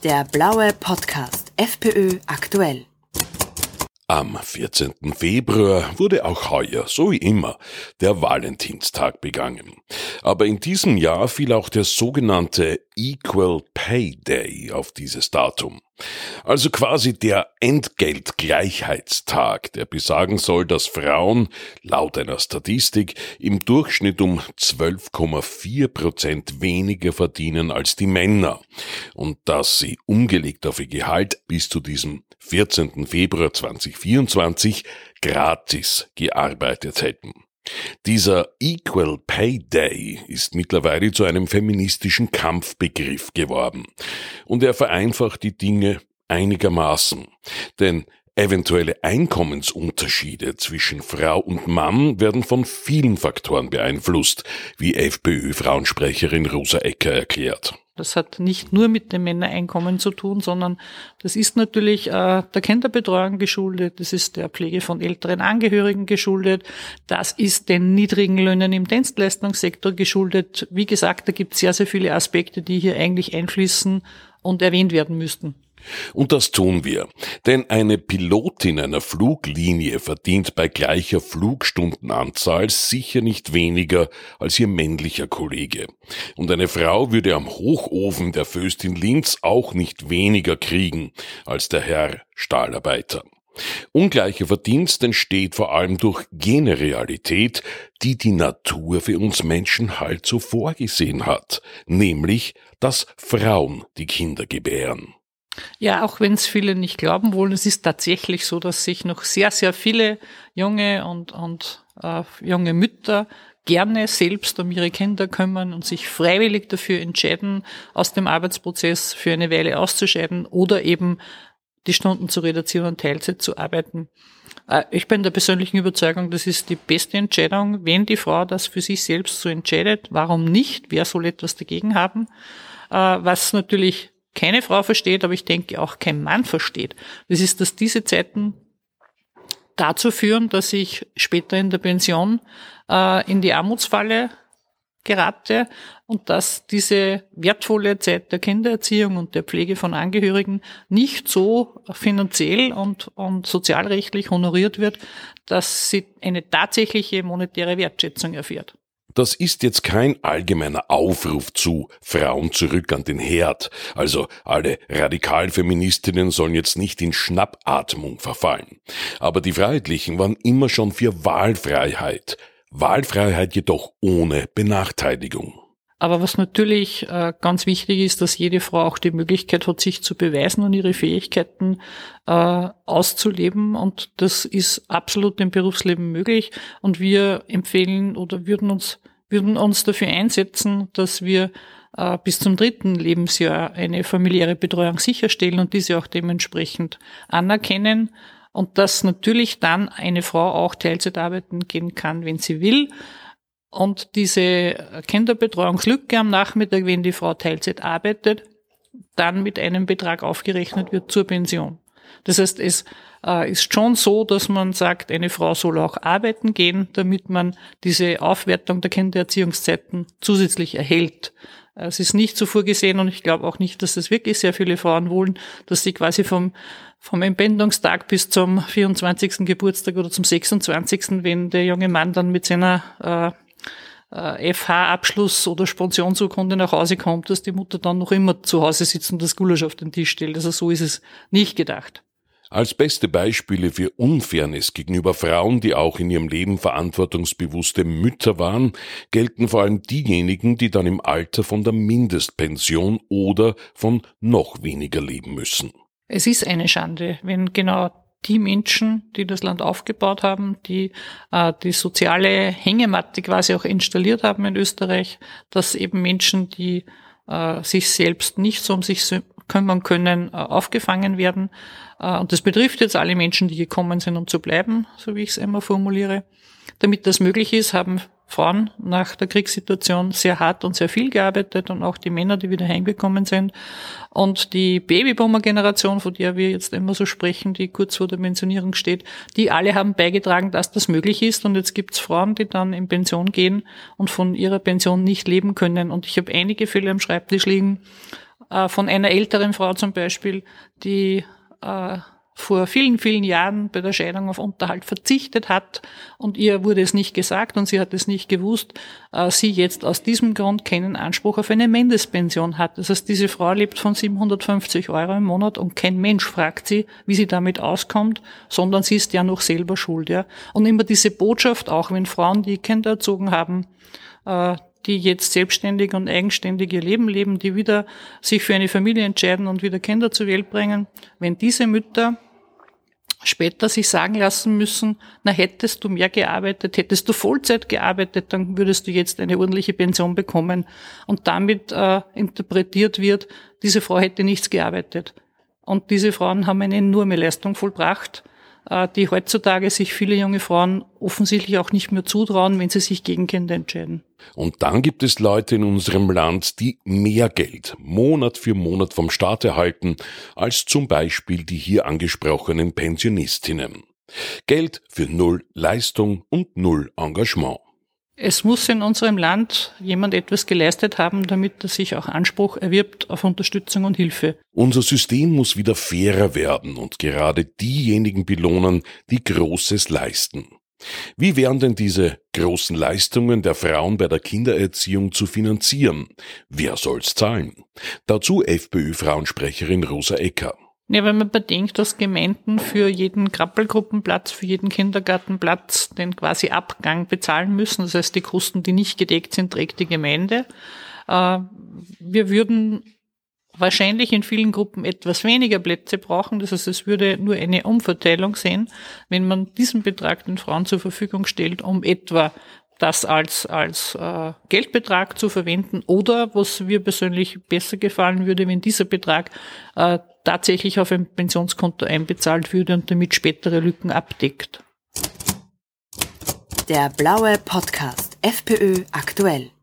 Der blaue Podcast FPÖ aktuell. Am 14. Februar wurde auch heuer, so wie immer, der Valentinstag begangen. Aber in diesem Jahr fiel auch der sogenannte Equal Pay Day auf dieses Datum. Also quasi der Entgeltgleichheitstag, der besagen soll, dass Frauen, laut einer Statistik, im Durchschnitt um 12,4% weniger verdienen als die Männer und dass sie umgelegt auf ihr Gehalt bis zu diesem 14. Februar 2024 gratis gearbeitet hätten. Dieser Equal Pay Day ist mittlerweile zu einem feministischen Kampfbegriff geworden und er vereinfacht die Dinge einigermaßen, denn eventuelle Einkommensunterschiede zwischen Frau und Mann werden von vielen Faktoren beeinflusst, wie FPÖ-Frauensprecherin Rosa Ecker erklärt. Das hat nicht nur mit dem Männereinkommen zu tun, sondern das ist natürlich der Kinderbetreuung geschuldet, das ist der Pflege von älteren Angehörigen geschuldet, das ist den niedrigen Löhnen im Dienstleistungssektor geschuldet. Wie gesagt, da gibt es sehr, sehr viele Aspekte, die hier eigentlich einfließen und erwähnt werden müssten. Und das tun wir, denn eine Pilotin einer Fluglinie verdient bei gleicher Flugstundenanzahl sicher nicht weniger als ihr männlicher Kollege. Und eine Frau würde am Hochofen der Föstin Linz auch nicht weniger kriegen als der Herr Stahlarbeiter. Ungleicher Verdienst entsteht vor allem durch jene Realität, die die Natur für uns Menschen halt so vorgesehen hat, nämlich, dass Frauen die Kinder gebären. Ja, auch wenn es viele nicht glauben wollen, es ist tatsächlich so, dass sich noch sehr, sehr viele junge und junge Mütter gerne selbst um ihre Kinder kümmern und sich freiwillig dafür entscheiden, aus dem Arbeitsprozess für eine Weile auszuscheiden oder eben die Stunden zu reduzieren und Teilzeit zu arbeiten. Ich bin der persönlichen Überzeugung, das ist die beste Entscheidung, wenn die Frau das für sich selbst so entscheidet. Warum nicht? Wer soll etwas dagegen haben? Was natürlich keine Frau versteht, aber ich denke auch kein Mann versteht. Das ist, dass diese Zeiten dazu führen, dass ich später in der Pension in die Armutsfalle gerate und dass diese wertvolle Zeit der Kindererziehung und der Pflege von Angehörigen nicht so finanziell und sozialrechtlich honoriert wird, dass sie eine tatsächliche monetäre Wertschätzung erfährt. Das ist jetzt kein allgemeiner Aufruf zu Frauen zurück an den Herd. Also alle Radikalfeministinnen sollen jetzt nicht in Schnappatmung verfallen. Aber die Freiheitlichen waren immer schon für Wahlfreiheit. Wahlfreiheit jedoch ohne Benachteiligung. Aber was natürlich ganz wichtig ist, dass jede Frau auch die Möglichkeit hat, sich zu beweisen und ihre Fähigkeiten auszuleben. Und das ist absolut im Berufsleben möglich. Und wir empfehlen oder würden uns dafür einsetzen, dass wir bis zum 3. Lebensjahr eine familiäre Betreuung sicherstellen und diese auch dementsprechend anerkennen. Und dass natürlich dann eine Frau auch Teilzeit arbeiten gehen kann, wenn sie will. Und diese Kinderbetreuungslücke am Nachmittag, wenn die Frau Teilzeit arbeitet, dann mit einem Betrag aufgerechnet wird zur Pension. Das heißt, es ist schon so, dass man sagt, eine Frau soll auch arbeiten gehen, damit man diese Aufwertung der Kindererziehungszeiten zusätzlich erhält. Es ist nicht so vorgesehen und ich glaube auch nicht, dass das wirklich sehr viele Frauen wollen, dass sie quasi vom Entbindungstag bis zum 24. Geburtstag oder zum 26., wenn der junge Mann dann mit seiner FH-Abschluss oder Pensionsurkunde nach Hause kommt, dass die Mutter dann noch immer zu Hause sitzt und das Gulasch auf den Tisch stellt. Also so ist es nicht gedacht. Als beste Beispiele für Unfairness gegenüber Frauen, die auch in ihrem Leben verantwortungsbewusste Mütter waren, gelten vor allem diejenigen, die dann im Alter von der Mindestpension oder von noch weniger leben müssen. Es ist eine Schande, wenn genau die Menschen, die das Land aufgebaut haben, die die soziale Hängematte quasi auch installiert haben in Österreich, dass eben Menschen, die sich selbst nicht so um sich kümmern können, aufgefangen werden. Und das betrifft jetzt alle Menschen, die gekommen sind, um zu bleiben, so wie ich es immer formuliere. Damit das möglich ist, haben Frauen nach der Kriegssituation sehr hart und sehr viel gearbeitet und auch die Männer, die wieder heimgekommen sind. Und die Babyboomer-Generation, von der wir jetzt immer so sprechen, die kurz vor der Pensionierung steht, die alle haben beigetragen, dass das möglich ist. Und jetzt gibt's Frauen, die dann in Pension gehen und von ihrer Pension nicht leben können. Und ich habe einige Fälle am Schreibtisch liegen, von einer älteren Frau zum Beispiel, die vor vielen, vielen Jahren bei der Scheidung auf Unterhalt verzichtet hat und ihr wurde es nicht gesagt und sie hat es nicht gewusst, sie jetzt aus diesem Grund keinen Anspruch auf eine Mindestpension hat. Das heißt, diese Frau lebt von 750 € im Monat und kein Mensch fragt sie, wie sie damit auskommt, sondern sie ist ja noch selber schuld. Ja. Und immer diese Botschaft, auch wenn Frauen, die Kinder erzogen haben, die jetzt selbstständig und eigenständig ihr Leben leben, die wieder sich für eine Familie entscheiden und wieder Kinder zur Welt bringen, wenn diese Mütter später sich sagen lassen müssen, na, hättest du mehr gearbeitet, hättest du Vollzeit gearbeitet, dann würdest du jetzt eine ordentliche Pension bekommen. Und damit interpretiert wird, diese Frau hätte nichts gearbeitet. Und diese Frauen haben eine enorme Leistung vollbracht, die heutzutage sich viele junge Frauen offensichtlich auch nicht mehr zutrauen, wenn sie sich gegen Kinder entscheiden. Und dann gibt es Leute in unserem Land, die mehr Geld Monat für Monat vom Staat erhalten, als zum Beispiel die hier angesprochenen Pensionistinnen. Geld für null Leistung und null Engagement. Es muss in unserem Land jemand etwas geleistet haben, damit er sich auch Anspruch erwirbt auf Unterstützung und Hilfe. Unser System muss wieder fairer werden und gerade diejenigen belohnen, die Großes leisten. Wie wären denn diese großen Leistungen der Frauen bei der Kindererziehung zu finanzieren? Wer soll's zahlen? Dazu FPÖ-Frauensprecherin Rosa Ecker. Ja, wenn man bedenkt, dass Gemeinden für jeden Krabbelgruppenplatz, für jeden Kindergartenplatz den quasi Abgang bezahlen müssen, das heißt, die Kosten, die nicht gedeckt sind, trägt die Gemeinde. Wir würden wahrscheinlich in vielen Gruppen etwas weniger Plätze brauchen, das heißt, es würde nur eine Umverteilung sein, wenn man diesen Betrag den Frauen zur Verfügung stellt, um etwa das als Geldbetrag zu verwenden oder, was mir persönlich besser gefallen würde, wenn dieser Betrag tatsächlich auf ein Pensionskonto einbezahlt würde und damit spätere Lücken abdeckt. Der blaue Podcast FPÖ aktuell.